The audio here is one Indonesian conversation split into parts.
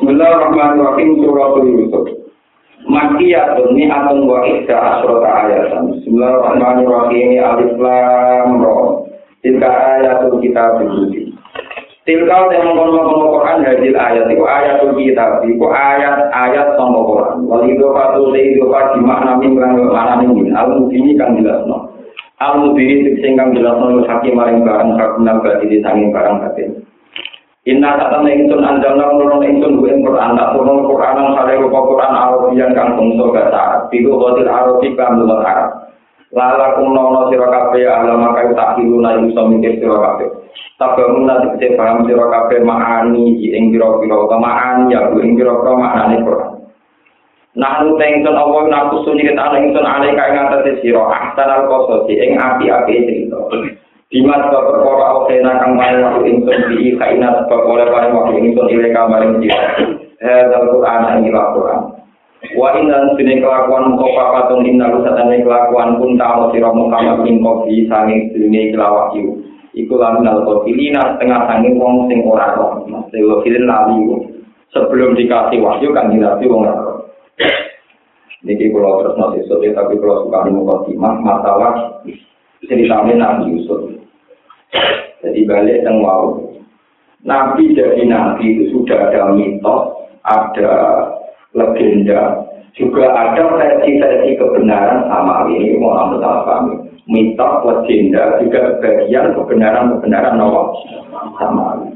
Bismillahirrahmanirrahim. Surah Yusuf. Makkiyatun mi'atun wa ihda asyrata ayatan. Bismillahirrahmanirrahim. Alif Lam Ra. Tilka ayatul kitab suci. Tilka yang mengkono-kono Quran hadil ayat itu ayatul kitab. Itu ayat-ayat sama Quran. Wal idhofatu li idhofati makna min makna min al-mubini kang jelasno. Al-mubini sing kang jelasno hakim maring barang kagungan badhe sanging barang batin. Inna satana ingsun anjalna nurun ingsun buing Quran tak turun Quran nang sare rupa Quran Arabian kang bangsa basa Arab biku qadir Arabi kang luwih Arab lala kunono sira kabeh alama kaya tak diluna iso mikir sira kabeh tabangun nanti kece paham sira kabeh makani ing pira-pira kemaan ya ing pira-pira maknane Quran nah ingsun apa naku suni kita ingsun ale kaya ngatasi sira ahsanal qasas ing api-api cerita Dimas perkara okena kang maring waktu ingsun di kainat perkara paring waktu ingsun ile kamaring dia. Hadzal Qur'an ing Al-Qur'an. Wa inna sine kelakuan kopapatun inna rusatane kelakuan pun ta'ala sira Muhammad ing kopi sanging dunya kelawak iku. Iku lan al-qofilina setengah sanging wong sing ora roh. Maksud filin lali sebelum dikasih wahyu kan dinabi wong ora roh. Niki kula terus nanti sore tapi kula suka mukadimah masalah ceritanya Nabi Yusuf. Jadi balik yang wow. Nabi jadi Nabi itu sudah ada mitos, ada legenda, juga ada versi-versi kebenaran sama ini. Mohon maaf kami. Mitos, legenda, juga bagian kebenaran-kebenaran sama ini.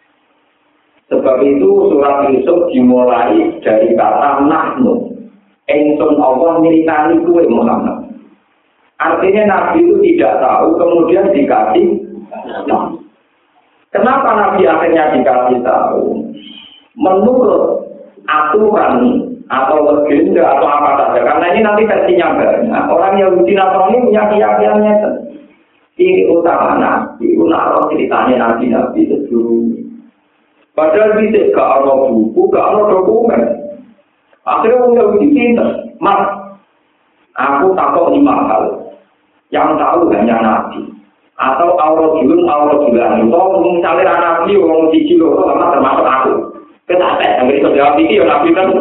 Sebab itu surat Yusuf dimulai dari kata nahnu. Engsun Allah milikani kuwe Muhammad. Artinya Nabi itu tidak tahu, kemudian dikasih tahu. Kenapa Nabi akhirnya dikasih tahu? Menurut aturan atau legenda atau apa saja, karena ini nanti versinya banyak. Orang Yahudi Nasrani punya keyakinannya. Ini utama Nabi, unaroh ceritanya Nabi-Nabi sebelumnya. Padahal bisa gak ada buku, gak ada dokumen. Akhirnya orang Yahudi cinta, Mas, aku takut 5 hal. Yang tahu hanya Nabi atau Aurojulun atau misalnya Nabi orang siji loro sama termasuk aku ketate yang bisa jawab ini ya Nabi kan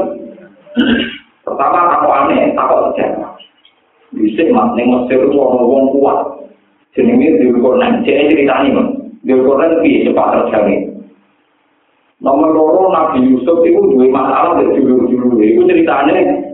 pertama takut aneh takut sejarah bisa mas ning Mesir itu orang kuat jenenge Dzulqarnain jadi ceritanya mas Dzulqarnain lebih cepat terjadi nomor 2 Nabi Yusuf itu dua masalah dari judul-judul itu ceritanya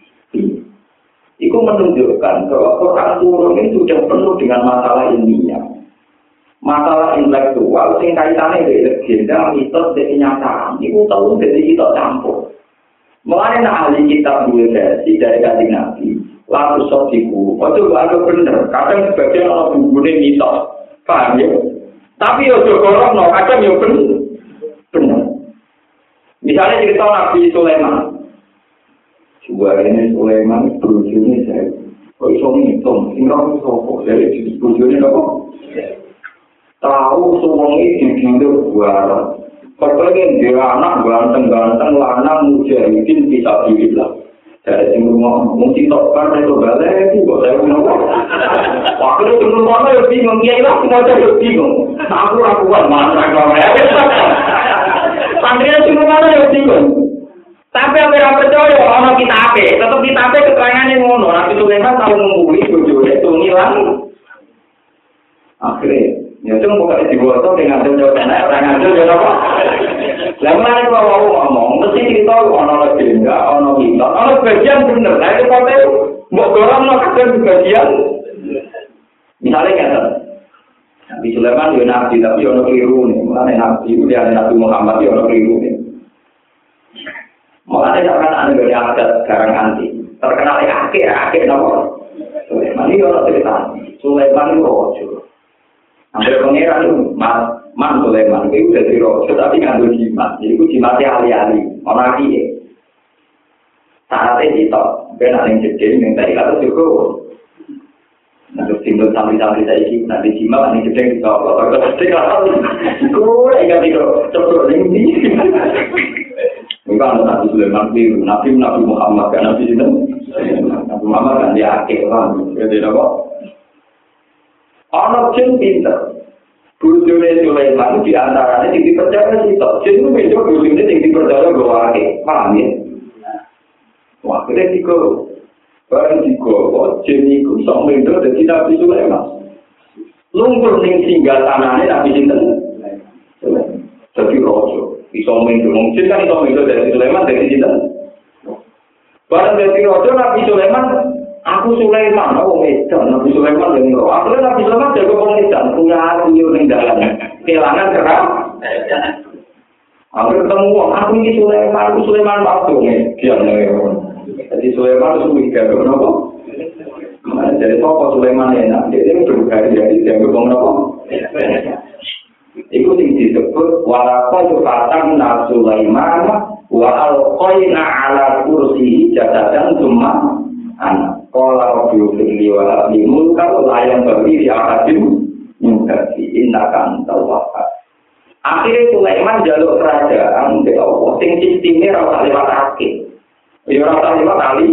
itu menunjukkan bahwa Quran turun ini sudah penuh dengan masalah ilmiah, masalah intelektual, sing kaitannya dengan legenda, mitos, dan kenyataan. Itu tahu dari kita campur. Mulai ahli kitab dua versi dari Kanjeng Nabi, lalu sodiku, itu agak benar. Kadang sebagian orang bukunya mitos, paham ya? Tapi ya jokorok, kadang ya benar. Misalnya cerita Nabi Sulaiman. Coba ini Sulaiman bujurnya saya, kok iso ngitung, tinggal sopok dari bujurnya apa? Tahu semuanya dihidup buara. Pertanyaan dia anak ganteng-ganteng lanang mujahidin bisa dibilang. Dari rumah mungkin tokar itu balik itu kok saya kenapa? Waktu itu rumah saya bingung, ya lah semua saya bingung. Aku lakukan mana kalau ya? Santrinya semua saya bingung. Tapi yang mereka percaya, orang kita apa? Tetap kita apa keterangannya ngono. Nabi Sulaiman tahu mengguli bujurnya itu ngilang. Akhirnya, ya itu bukan dibuat dengan jawabannya orang ngambil jawaban apa? Lalu kalau ngomong, mesti cerita orang legenda, orang mitos, orang bagian bener. Nah itu kata mbok dorong no kadang bagian. Misalnya kan, Nabi Sulaiman dia nabi tapi orang keliru nih. Mulanya nabi itu dia Nabi Muhammad dia orang keliru nih. Mulanya jangan ada dari adat garang anti. Terkenal akhir nomor. Sulaiman ini orang cerita. Sulaiman itu rojo. Ambil pengeran itu, man Sulaiman itu dari rojo, tapi ngandung jimat. Jadi itu jimatnya ahli-ahli, orang dia. Saatnya kita, benar yang jadi, yang tadi kata juga. Nanti timbul sambil-sambil saya ini, nanti jimat, nanti jadi kita, kalau kita gue ingat itu, coba ini. Bukan Nabi Sulaiman biru, Nabi Muhammad kan Nabi itu, Nabi Muhammad kan dia akhir lah, jadi apa? Orang jin pinter, Bojone Sulaiman di antaranya sing dipercaya sitok. Jin ku mejo bojone sing dipercaya gawake. Paham ya? Wah, kene iku bareng digowo jin iku sok mendo dadi Nabi Sulaiman. Lungguh ning singgah tanane Nabi sinten? Dadi raja. Iso mendo jin kan iso mendo dari Sulaiman dadi sinten? Bareng dadi raja Nabi Sulaiman, aku Sulaiman, wong edan Nabi Sulaiman ning roh. Aku Nabi Sulaiman jago wong edan, punya ayu ning dalan. Kelangan kerap. Aku ketemu wong, aku iki Sulaiman palsu nih. Diane. Jadi Sulaiman itu mikir kenapa? Mana jadi pokok Sulaiman enak, dia ini berhari-hari dia ngomong apa? Itu yang disebut walaupun kata Sulaiman wa alqaina ala kursi jadadan cuma anak. Kalau biofili wa alimul kalau layang bagi di akadem mengkaji indakan tawakal. Akhirnya Sulaiman jaluk kerajaan ke Allah. Sing sistemnya rasa lewat akhir. Ya rasa lewat kali.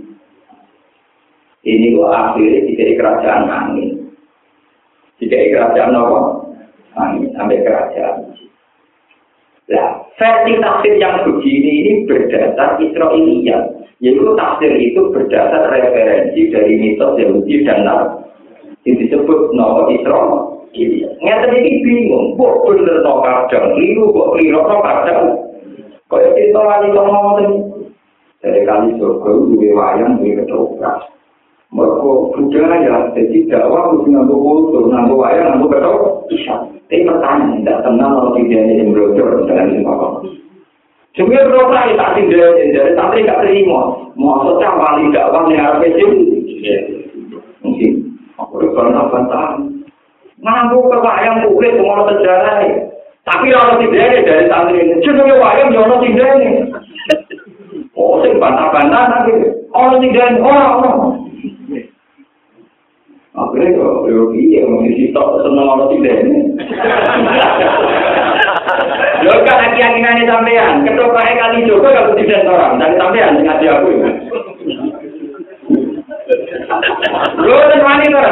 Ini kok akhirnya tidak kerajaan angin. Tidak kerajaan apa? Angin sampai kerajaan. Nah, versi tafsir yang begini ini berdasar Israiliyat. Yaitu tafsir itu berdasar referensi dari mitos Yahudi dan Nabi. Ini disebut nama Israiliyat. Nyata ini bingung, kok bener no kadang, liru kok liru no kadang. Kaya kita lagi ngomong ini. Dari kali surga itu wayang, itu ketoprak. Mereka budaya, jadi dakwah harus nganggo kultur, nganggo wayang, nganggo ketoprak. Tapi pertanyaan, tidak tenang kalau tidak ini brojor dengan siapa. Sebenarnya berapa tak tidak jadi tapi nggak terima. Maksudnya paling dakwah yang harus pecah. Mungkin aku pernah bantah. Nganggo wayang kulit semua sejarah. Tapi kalau tidak dari santri ini, jenenge wayang yo ono tindane. Oh, sing bantah-bantah nanti. Ono tindane, ono. Akhirnya yo piye mesti sitok seneng ono tindane. Lho kan keyakinane sampean, ketopake kali Joko kalau tidak orang, dari sampean sing ngadi aku. Lho ten wani to.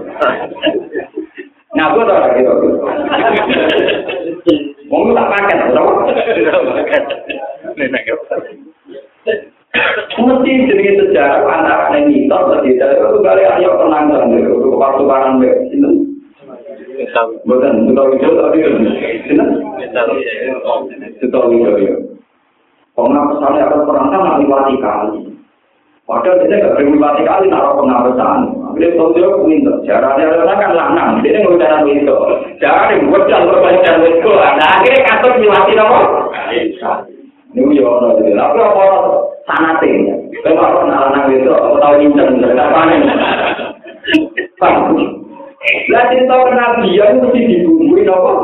Nah, aku tahu lagi tu. Mungkin tak pakai, tahu? Mesti jenis sejarah antara mitos dan tidak itu kali ayo penanggalan itu kepasukaran itu. Bukan, betul tadi. Betul itu. Pernah pesannya akan perang kan lewati kali. Padahal dia tidak berlewati kali naruh pengawasan. Dia tahu dia pintar. Caranya orang kan lanang. Dia nggak cara itu. Cara yang buat jangan berbanyak itu. Nah akhirnya kantor lewati apa? Ini yo no jadi. Tapi apa sanating? Kalau orang lanang itu tahu incen nggak panen. Lah cerita kenabian mesti dibumbui apa?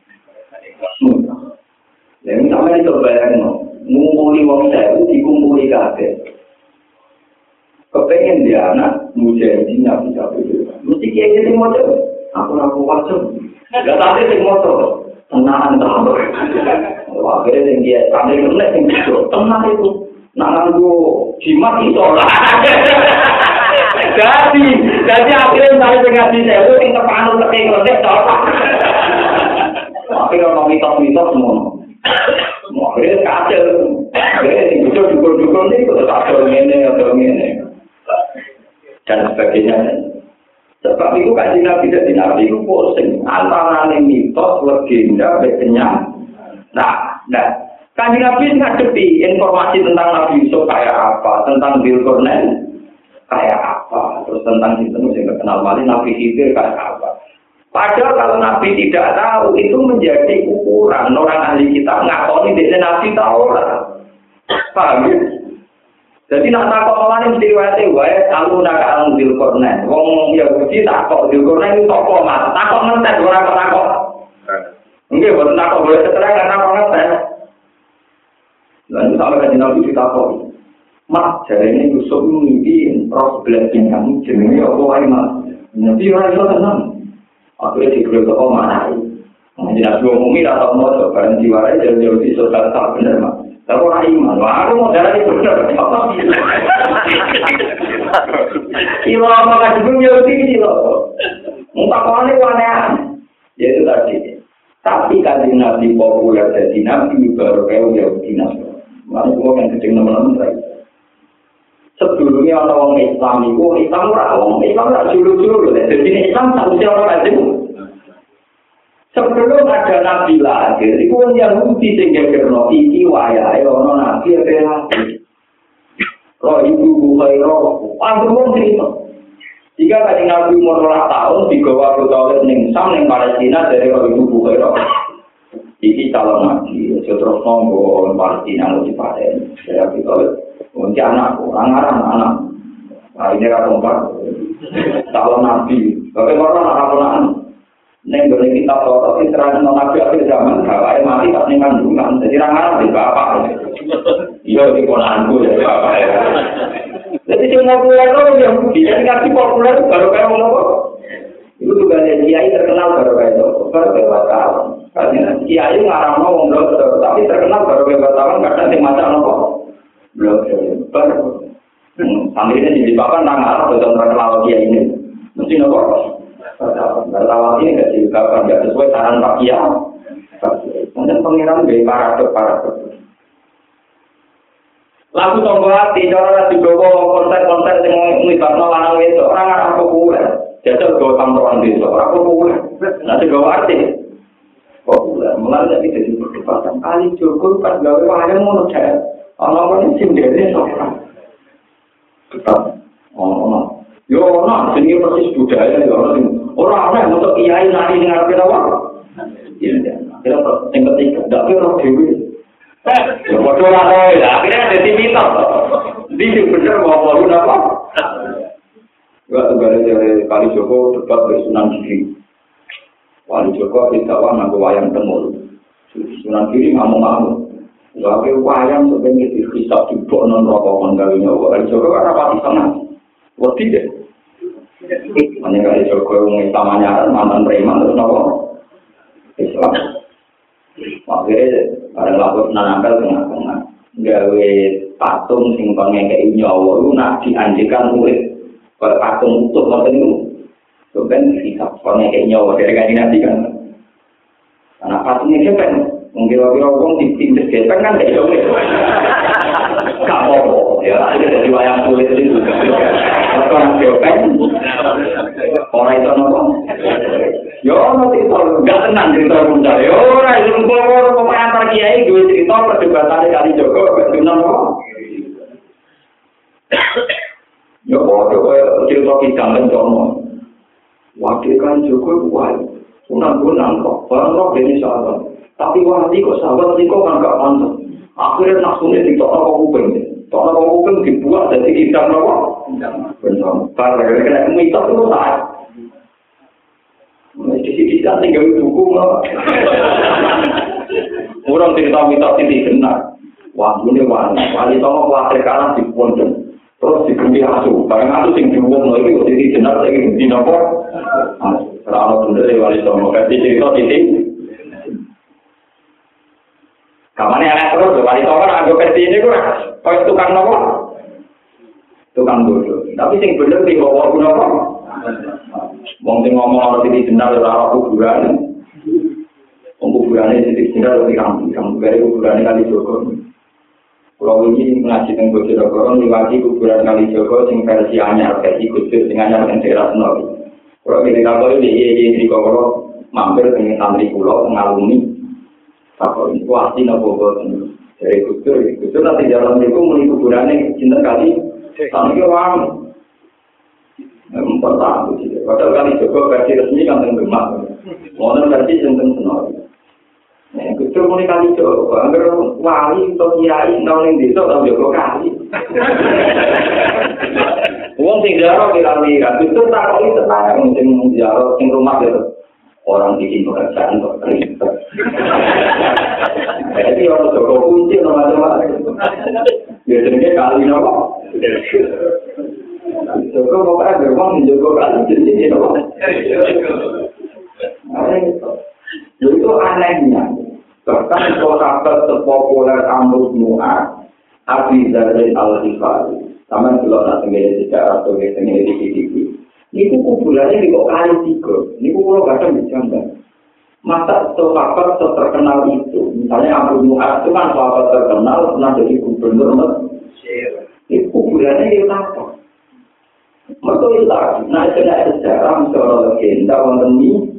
Yang sampai itu bayang ngumpuli wong sewu dikumpuli kabeh. Kepengen dia anak mujahidin Nabi Nabi. Mesti kiai sing moco. Aku wajib. Enggak tapi sing moco. Tenang tahu. Wah, kira sing dia sampai menek sing tenang itu. Nanganggo jimat iso lah. Jadi akhirnya sampai ngaji sewu sing kepanut teke ngledek cocok. Akhirnya ono mitos-mitos semua. Akhirnya kacau. Akhirnya sing dukul-dukul ini tetap ada ngene. Dan sebagainya. Sebab itu kajian Nabi dan Nabi itu pusing. Antara mitos, legenda, kenyang. Nah, kajian Nabi ngadepi informasi tentang Nabi Yusuf kayak apa, tentang Zulkarnain kayak apa, terus tentang sistem yang terkenal malih Nabi Khidir kayak apa. Padahal kalau Nabi tidak tahu, itu menjadi ukuran orang ahli kita ngakoni dia Nabi tahu lah. Paham ya? Jadi nak takut malah mesti riwayate wae kalau nak alang Zulkarnain. Wong Yahudi takut Zulkarnain itu tokoh mas. Takut ngetes ora takut. Nggih, boten takut boleh keterangan takut ngetes. Lan sampe kan Nabi ditakut. Mak jarene Yusuf mimpi roh blessing kang jenenge apa wae mas. Nabi ora iso tenang. Aku iki kudu kok marah. Jadi Nabi umumi atau mau bareng diwarai jauh-jauh di surga tak benar mas. Kalau orang iman, aku mau jalan itu benar. Kilo apa kan juga jauh tinggi loh. Muka kau ini warna. Ya itu tadi. Tapi kanjeng Nabi populer jadi Nabi baru kayak Yahudi Nasrani. Lalu gua kan kecil teman-teman saya. Sebelumnya orang Islam itu Islam julu-julu. Jadi Islam harusnya orang Islam. Sebelum ada Nabi lahir, itu Yahudi sehingga kerana iki wayai orang Nabi ada lagi. Roh ibu Bukhairah, panggungnya cerita. Jika tadi Nabi umur 2 tahun, digawa ke Tauhid ning Sam, ning Palestina dari roh ibu Bukhairah. Iki calon Nabi, terus nongol Palestina lu dipaten. Saya Tauhid, untuk anakku, anak-anak. Nah ini kan calon Nabi, bagaimana anak-anak? Neng boleh kita foto di serana Nabi akhir zaman, kalau mati tak nih kandungan, jadi rangan di bapak. Iya di ponanku ya bapak. Jadi cuma populer loh yang jadi kasih populer baru kayak ngomong. Itu juga ada kiai terkenal baru kayak itu, baru kayak wartawan. Karena kiai ngarang ngomong blogger, tapi terkenal baru kayak wartawan kadang di macam apa blogger. Baru sambil ini di bapak nggak betul terkenal kiai ini, mesti nopo. Bertawar ini tidak diungkapkan, tidak sesuai saran Pak Kiai. Kemudian pengiran dari paradok. Lagu tonggo hati, cara dibawa konten-konten yang melibatkan lanang itu orang populer. Jajal bawa kantoran desa, orang populer. Nanti bawa artis populer. Mulai jadi perdebatan. Kali Joko pas gawe wayang ngono deh. Orang-orang ini sendiri seorang. Tetap, orang-orang. Yo, nah, sini persis budaya ya orang untuk kiai nari dengan kita apa? Iya, kita yang ketiga, tidak perlu dewi. Ya, bodoh lah, akhirnya ada di minta. Ini benar mau baru apa? Waktu dari Kali Joko dekat dari Sunan Giri. Kali Joko di sawah nggak wayang temur. Sunan Giri ngamuk-ngamuk. Lalu wayang sebenarnya dihisap di bawah non rokok menggalinya. Kali Joko kan apa di sana? Wah tidak. Hanya kali Joko yang utamanya mantan preman terus nopo Islam. Akhirnya ada lapor nanangkal tengah-tengah. Gawe patung sing pengekei nyawa itu nak dianjikan murid. Kalau patung utuh macam itu, itu kan bisa pengekei nyawa dari kaji nanti kan. Karena patungnya siapa? Mungkin-mungkin orang di gesek kan tidak jauh. Gak apa-apa, ya itu dari wayang kulit itu juga. Kalau orang geopen, orang itu apa? Ya nanti kalau nggak tenang cerita muda, ya orang itu ngomong pemain antar kiai gue cerita perdebatan Kali Joko, benar apa? Ya kalau cerita kita mencoba, wakil Kali Joko buat unang-unang kok, barang ini salah. Tapi wali kok sahabat kok kan nggak pantas. Akhirnya nafsunya ditolak kuping. Tolak kuping dibuat dari kita berapa? Benar. Karena kena mitos itu saat. Di sini kita tinggal buku lah. Orang cerita mitos ini benar. Wali wali tolak khawatir kalah di pondok. Terus diberi asuh. Karena asuh yang dibuat lagi jadi benar lagi di nopo. Kalau benar wali tolak kasih cerita titik. Kamarnya anak terus, wali tolong anggap versi ini kok tukang nopo? Tukang bodoh. Tapi yang bener di bawah nopo? Mungkin ngomong orang di benar orang kuburan. Kuburan ini di benar di kampung dari kuburan Kali Joko. Kalau ini mengaji tentang Bojonegoro, diwaki kuburan Kali Joko sing versi anyar, versi khusus sing anyar yang daerah Senowi. Kalau kita tahu di Koro mampir dengan santri pulau mengalami. Apa itu arti nopo dari kusur nanti dalam itu mulai kuburannya cinta kali kami orang pertama sih padahal Kali Joko versi resmi kan tenggemak modern versi tentang Senowi kusur mulai Kali Joko agar wali atau kiai tahun yang besok tahun Joko kali uang tinggal di lamiran kusur tak kali tenang mungkin jauh sing rumah itu orang di sini pekerjaan kok ribet. Jadi orang Joko kunci macam-macam. Biasanya kali nopo. Joko pokoknya beruang Joko kali jadi nopo. Itu anehnya. Bahkan sahabat terpopuler Amr bin Mu'ad, Abi Dzar al-Ghifari, sama kalau nak menjadi sejarah atau menjadi ini kuburannya di kok kali 3. Ini kalau kadang dijamban. Masa sahabat terkenal itu, misalnya Abu Mu'ad itu kan sahabat terkenal, pernah jadi gubernur Mesir. Itu kuburannya itu apa? Mereka itu lagi, nah itu ada sejarah, misalnya legenda, wonten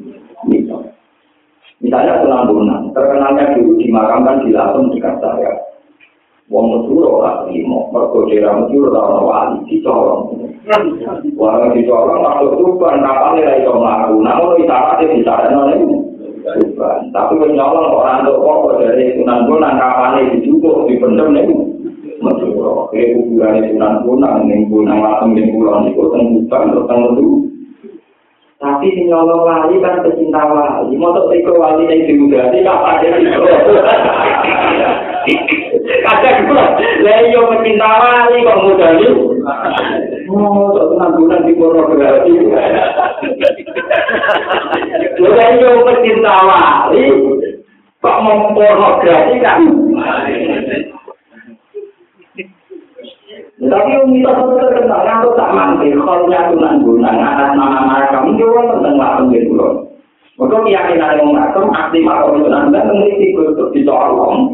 misalnya Sunan Bonang, terkenalnya dulu dimakamkan di Lampung dekat saya. Wong Mesir lah limo, mereka daerah Mesir orang wali dicolong. Wong dicolong waktu itu kan kapalnya lagi melaku, namun kita ini. Tapi menyolong orang tua dari Sunan Bonang kapalnya dicukup di pendem nih, masuk ke kuburan Sunan Bonang, nih Bonang langsung di pulau itu tenggupan atau tenggelam. Tapi menyolong wali kan pecinta wali, mau tuh ikut wali yang diudara, kapan dia itu? Kadang pula, leo pecinta wali kok mudah nih? Oh, Sunan Bonang di pornografi. Leo pecinta wali kok mempornografi kan? Tapi mitos terkenal kan tak mangkir kolnya Sunan Bonang atas nama kami juga tentang langsung di pulau. Maka keyakinan yang langsung aktif atau Sunan Bonang memiliki untuk dicolong.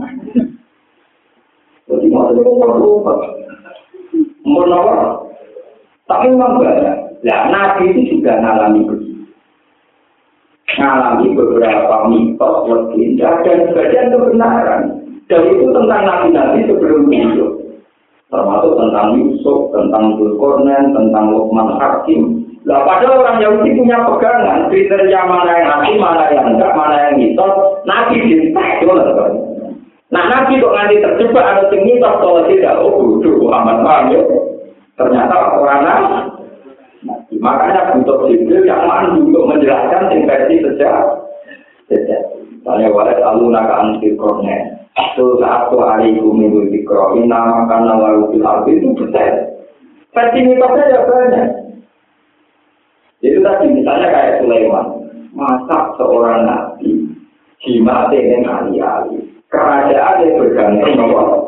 Jadi mau berubah. Menolak. Tapi memang banyak. Nah, Nabi itu juga mengalami begitu. Mengalami beberapa mitos, legenda, dan sebagian kebenaran. Dan itu tentang nabi-nabi sebelum hidup. Termasuk tentang Yusuf, tentang Dzulkarnain, tentang Luqman Hakim. Nah, padahal orang Yahudi punya pegangan, kriteria mana yang asli, mana yang enggak, mana yang mitos. Nabi ditek, nah, Nabi kok nanti terjebak ada mitos kalau tidak, bodoh, Muhammad paham ya. Ternyata orang Nabi. Makanya butuh Jibril yang mampu untuk menjelaskan versi sejarah. Misalnya walet aluna ka anti korne. Itu satu hari minggu dikro. Nama karena lalu filal itu betul. Versi mitosnya ya banyak. Itu tadi misalnya kayak Sulaiman. Masa seorang nabi jima dengan alih-alih. Kerajaan yang bergantung nomor.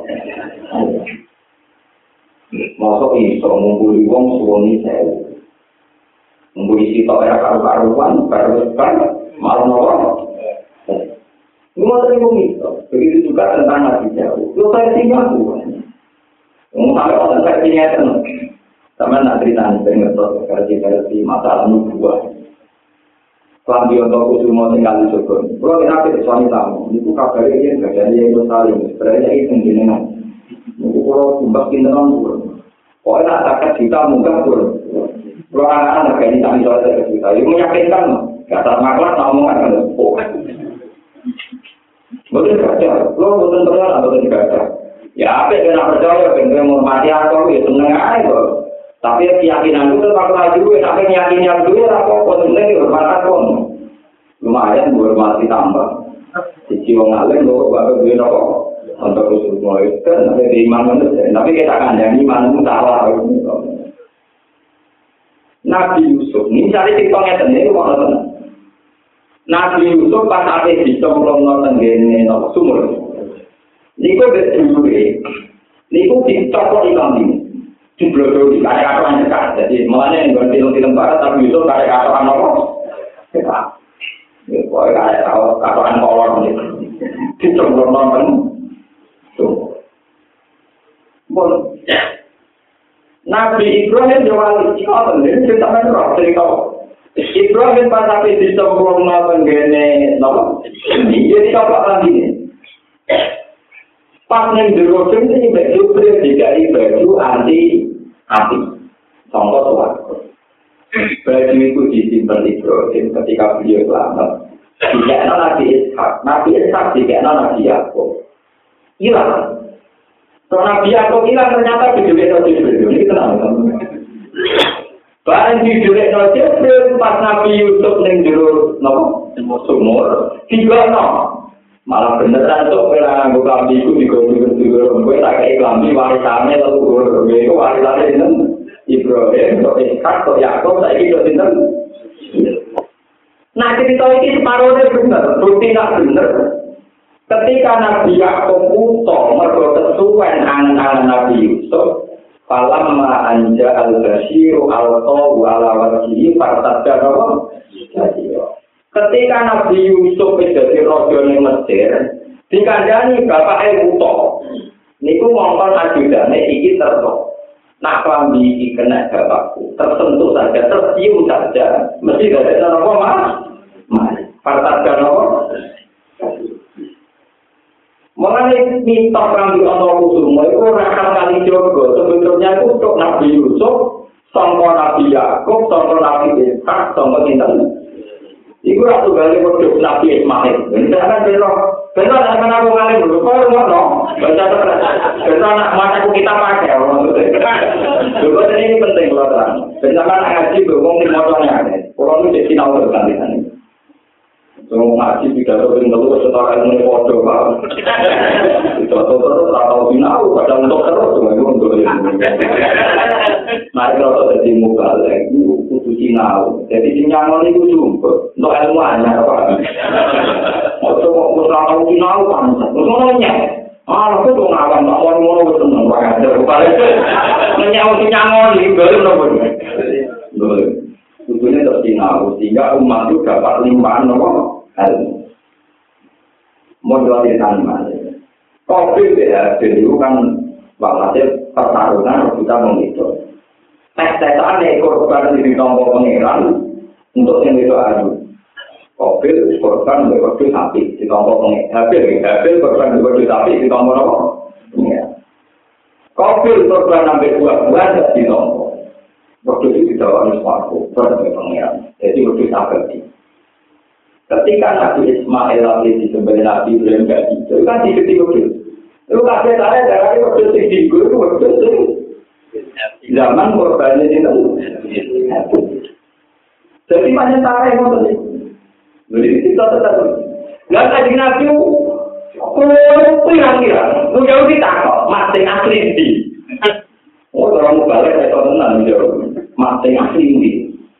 Masuk iso mengguli wong suwoni sewu. Mengguli sitok era karu-karuan, baru-baru, malah nomor. Ini mau terima mitos. Begitu juga tentang Nabi Jauh. Lu versinya bukan. Sampai orang versinya itu. Sama nak cerita nih, versi masalah nubuah. Kelambi untuk kusumo tinggal di Jogor. Kalau kita ke suami tamu, itu kabarnya dia nggak jadi yang bersaling. Sebenarnya itu jenengan. Itu kalau tumbas kinteran pun. Pokoknya nak takat juta muka pun. Kalau anak-anak kayak ini kami soal takat juta, itu meyakinkan. Gak tak maklar, ngomong akan pokoknya. Betul saja. Kalau betul terkenal atau tidak ada. Ya apa yang nak percaya, yang menghormati aku, ya seneng aja. Tapi keyakinan itu tetap laju, tapi keyakinan itu apa-apa, sebenarnya hormat aku. Lumayan hormati tambah. Sisi wong alim, baru gue nopo. Untuk usul mulai, kan ada di iman manusia. Tapi kita kandang iman itu salah. Nabi Yusuf, ini cari tiktoknya sendiri, Nabi Yusuf pas ate dicemplung tenggene napa sumur. Niku betul-betul. Niku dicopot ikan ini. Diblodori kaya-kaya dekat. Jadi mulanya yang film-film barat tapi Yusuf kaya-kaya napa? Dekat. Ya kok kaya tahu katokan kolor niku. Dicemplung nonton. Tuh. Bon. Nabi Ibrahim jawab iki ini cerita menarik cerita. Ibrahim pas sampai di sempurna penggene nopo jadi apa lagi pas neng jero ini baju dikai baju anti api contoh tuan baju itu disimpan di Ibrahim ketika beliau selamat tidak Nabi Ishak tidak Nabi Yakub hilang so Nabi Yakub hilang ternyata baju ini tenang barang di jurek no Jibril pas Nabi Yusuf ning jero napa sumur tiga no malah beneran tuh kira nganggo klambi iku digowo-gowo kowe tak kei klambi warisane leluhur kowe warisane sinten Ibrahim kok Ishak kok Yakub saiki kok sinten nah cerita iki separone bener bukti tak bener ketika Nabi Yakub utuh mergo kesuwen angan-angan Nabi Yusuf falamma anja al-basyiru al-tawu ala wajhihi fartadda nawa. Ketika Nabi Yusuf jadi raja ning Mesir, dikandani bapake Uto. Niku mongkon ajudane iki terus. Nak klambi iki kena bapakku, tersentuh saja, tercium saja, mesti gak ada apa mas. Partakan apa? Mengenai mitos klambi ana kusumo iku ora kali jogo, sebetulnya itu untuk Nabi Yusuf, sangka Nabi Yakub, sangka Nabi Ishak, sangka sinten. Iku ora tugale produk Nabi Ismail. Misalkan benar akan aku ngalim dulu, kau ngono, baca terus. Benar nak mataku kita pakai, maksudnya. Dulu ini penting loh terang. Misalkan ngaji berhubung di motornya, kalau itu jadi tahu berganti kan. Semua ngaji tidak tahu tinggal setelah ilmu foto, pak. Tidak tahu terus, tak tahu final, kadang untuk terus, cuma itu untuk ilmu. Nah kalau jadi muka lagi, kudu sinau. Jadi sinyaman itu juga untuk ilmu hanya apa? Waktu mau tahu sinau kan, semuanya. Aku tuh ngawam, tak mau seneng banget. Menyau sinyaman ini baru nopo. Tujuannya terus sinau, sehingga umat itu dapat limpahan nopo ilmu. Modal di tanah. Covid ya, jadi itu kan bahasanya pertarungan kita menghitung. Tes-tesan korban di tombol pengiran untuk yang itu adu. Covid korban berkode sapi di tombol pengiran. Habil korban berkode sapi di tombol apa? Pengiran. Covid korban sampai buah-buah di tombol. Waktu itu tidak harus waktu berkode pengiran. Jadi berkode sapi. Ketika Nabi Ismail lagi disembelih Nabi Ibrahim gak itu kan diketik-ketik. Itu kasih saya dari waktu itu itu waktu itu zaman korbannya itu. Jadi banyak cara yang mau tadi. Jadi kita tetap. Nggak tadi Nabi pirang-pirang. Lu jauh kita kok masing asli di. Oh orang balik saya tahu tenang jauh. Masing asli di.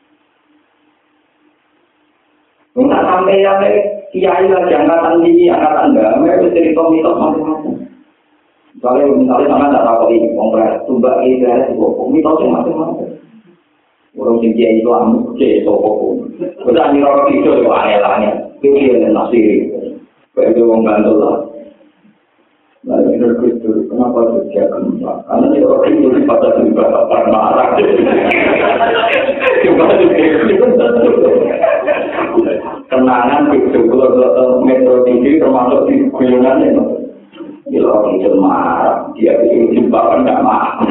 Enggak sampai yang kiai lagi angkatan tinggi, angkatan damai, itu cerita mitos macam-macam. Misalnya sama tidak tahu ini, kongres, tumbak ini, mitosnya macam-macam. Orang tinggi itu amuk, kiai sopok. Kita ini orang hijau, itu aneh-aneh. Itu kiai dan nasiri. Bagi orang gantul lah. Nah, ini Kristus, kenapa dia gempa? Karena ini orang hijau di pada juga dapat marah. Cuma itu kenangan itu metro tinggi termasuk di guyongan itu. Bila orang itu marah, dia itu jumpa tidak marah.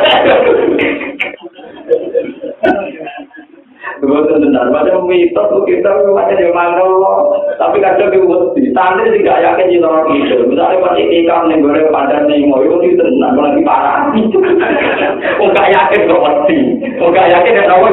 Betul benar, macam mitos kita macam dia mangkal, tapi kadang dia mesti. Santri tidak yakin di orang itu. Misalnya pas ikan yang goreng padan nih, mau itu tenang, lagi parah. Enggak yakin kok mesti, enggak yakin dia tahu.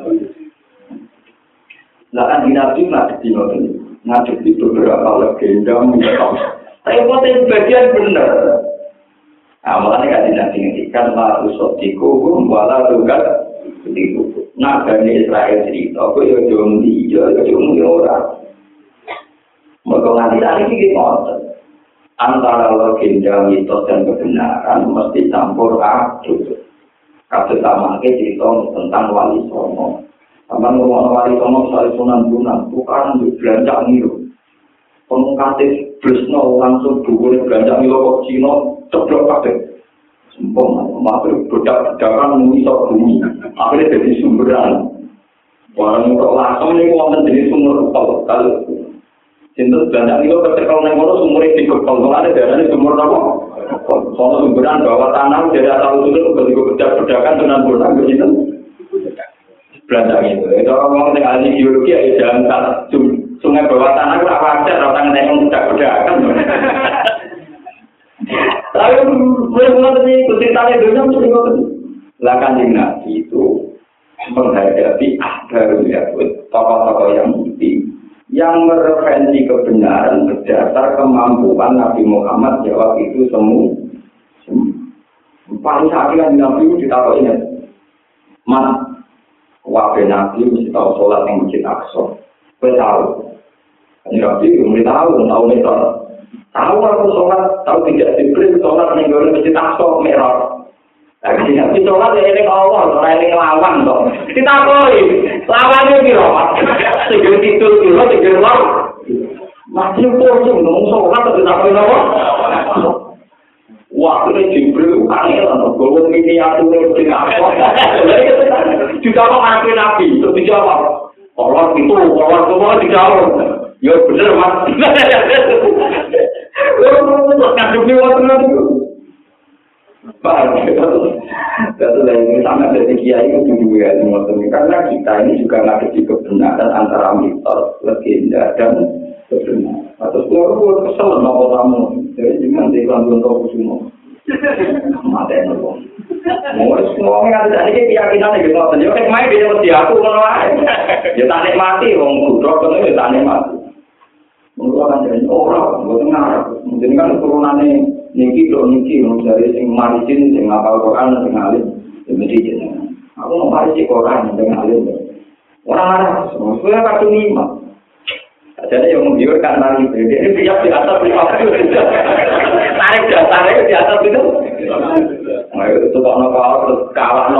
Nah kan di Nabi ngaji beberapa legenda mitos. Tapi potensi bagian benar. Nah makanya kan di Nabi ngertikan lalu sotiku wala tugas itu. Nah Bani Israel cerita, aku ya jomli, ya jomli orang. Mereka nganti ini ngotot. Antara legenda mitos dan kebenaran mesti campur aduk. Kasus sama cerita tentang Wali Songo. Sama ngomong Wali Songo soal Sunan bukan belanja miru. Pengkatis Bresno langsung dulu belanja miru kok Cina ceplok kabeh. Sumpah, makhluk bedak-bedakan mengisok bumi. Akhirnya jadi sumberan. Barang untuk langsung ini wonten jadi sumber kepal. Kalau cinta belanja miru ketekal nengoro sumbernya dikepal. Kalau ada darahnya sumber apa? Soalnya sumberan bawah tanah jadi asal-usul bedak-bedakan Sunan Bonang begitu. Belanja gitu. Itu orang yang ahli geologi ya jangan salah. Sungai bawah tanah itu apa aja, orang yang bedak-bedakan. Tapi mulai tadi ceritanya dunia mesti ngotot. Lakan Nabi itu menghadapi ahbaru Yahud, tokoh-tokoh yang putih yang mereferensi kebenaran berdasar kemampuan Nabi Muhammad jawab itu semua. Paling akhirnya Nabi itu ditaruh ingat. Mas, wabah Nabi mesti tahu sholat yang Masjid Aqsa. Saya tahu. Nabi mesti tahu metode. Tahu aku sholat, tahu tidak diberi sholat yang boleh Masjid Aqsa merah. Tapi sholat ya ini Allah, orang ini lawan toh. Kita koi, lawannya piro Mas? Segera tidur piro, segera lawan. Masih pusing ngomong sholat tapi tak koi apa? Waktu ini Jibril aneh lah, gue miniatur di apa? Juga mau ngakuin Nabi, terus dijawab. Allah itu, Allah semua dijawab. Ya bener Mas. Kadungnya waktu itu. Satu lagi sangat dari kiai itu juga karena kita ini juga ngadepin kebenaran antara mitos, legenda dan kebenaran. Atau semua kesel nopo tamu, jadi nanti langsung tahu semua. Mata yang nopo. Semua orang ada ini keyakinan gitu. Jadi orang main dia mesti aku menolak. Dia tak nikmati, orang budok itu tak nikmati. Menurut kan orang, buat ngarap. Mungkin kan turunannya niki dari sing marisin sing ngapal Quran sing alim mesti jenengan aku mau marisin Quran sing alim orang arah semua kadung lima jadi yang membiarkan nari ini siap di atas tarik dasarnya di atas itu itu kok nopal terus kalah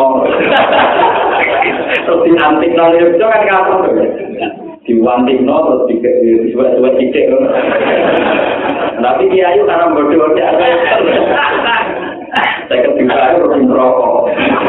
terus dinantik itu kan kapal diwanting terus disuai titik tapi dia itu karena bodoh saya ketika itu merokok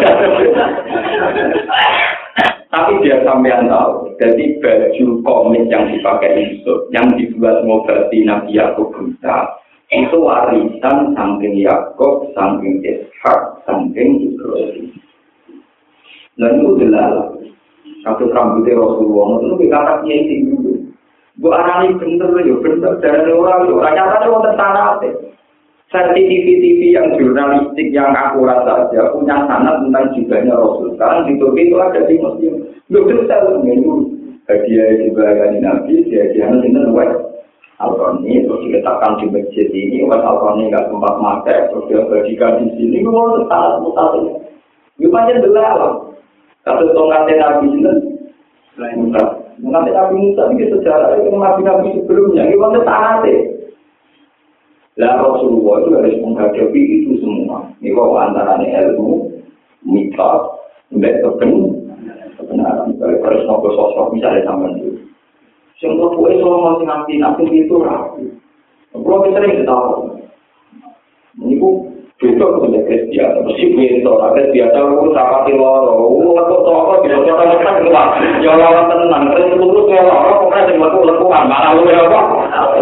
tapi dia sampean tahu jadi baju komik yang dipakai Yusuf yang dibuat mengobati Nabi Yakub buta itu warisan saking Yakub saking Ishak saking Ibrahim dan itu jelas satu rambutnya Rasulullah itu dikata kiai tinggi bu arani bener dari orang nyatanya orang tersanat TV yang jurnalistik yang akurat saja punya sanad tentang jibahnya Rasul sekarang di Turki itu ada di muslim betul saya minggu hadiah jibahnya Nabi hadiahnya itu buat Al-Qur'ani terus diletakkan di masjid ini buat Al-Qur'ani nggak sempat makai terus dia bagikan di sini itu mau tersanat itu macam belalang kalau tongkatnya Nabi itu Nabi Musa ini sejarah itu Nabi sebelumnya ini kan sanate. Lah Rasulullah itu harus menghadapi itu semua. Ini kok antara ilmu, mitos, kebenaran. Kalau harus ngobrol sosok misalnya sama itu. Sehingga kue semua masih nanti itu rapi. Kalau kita sering ketahui. Ini besok punya Kristian, mesti besok, biasa aku sapati loro, aku toko di kota-kota keluar, ya lawan tenang, terus lurus ya loro, pokoknya di lekuan, malah lu ya apa?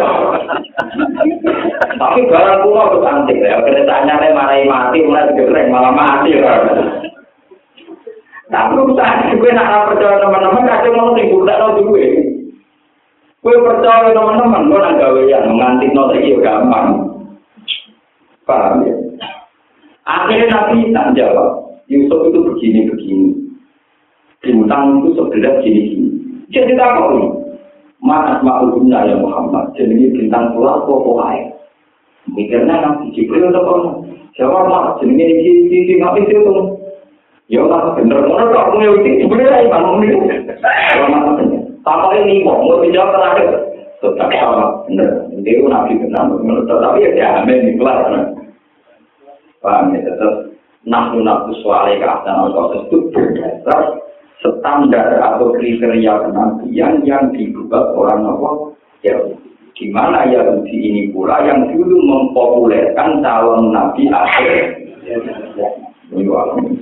Tapi barang kuno itu cantik ya, keretanya marai mati, mulai digereng, malah mati ya. Tapi usaha gue nak percaya teman-teman, kadang mau timbul tak tahu gue. Gue percaya teman-teman, gue nak gawe yang mengantik notasi gampang. Paham ya? Akhirnya Nabi tak jawab, Yusuf itu begini-begini. Bintang itu sebelah gini-gini. Jadi tak tahu, mana ma'ulumnya ya Muhammad. Jadi bintang keluar pokoknya. Mikirnya Nabi Jibril atau apa? Jawab mak, jadi ini ngapain sih itu? Ya Allah, bener-bener tak punya itu. Sebenarnya iman ini. Tanpa ini mau dijawab terakhir. Tetap sama, bener. Itu Nabi benar, tapi ya jamin ikhlas. Paham ya, tetap nafsu soalnya keadaan proses itu berdasar standar atau kriteria kenabian yang dibuat orang apa ya, di mana Yahudi ini pula yang dulu mempopulerkan calon nabi akhir.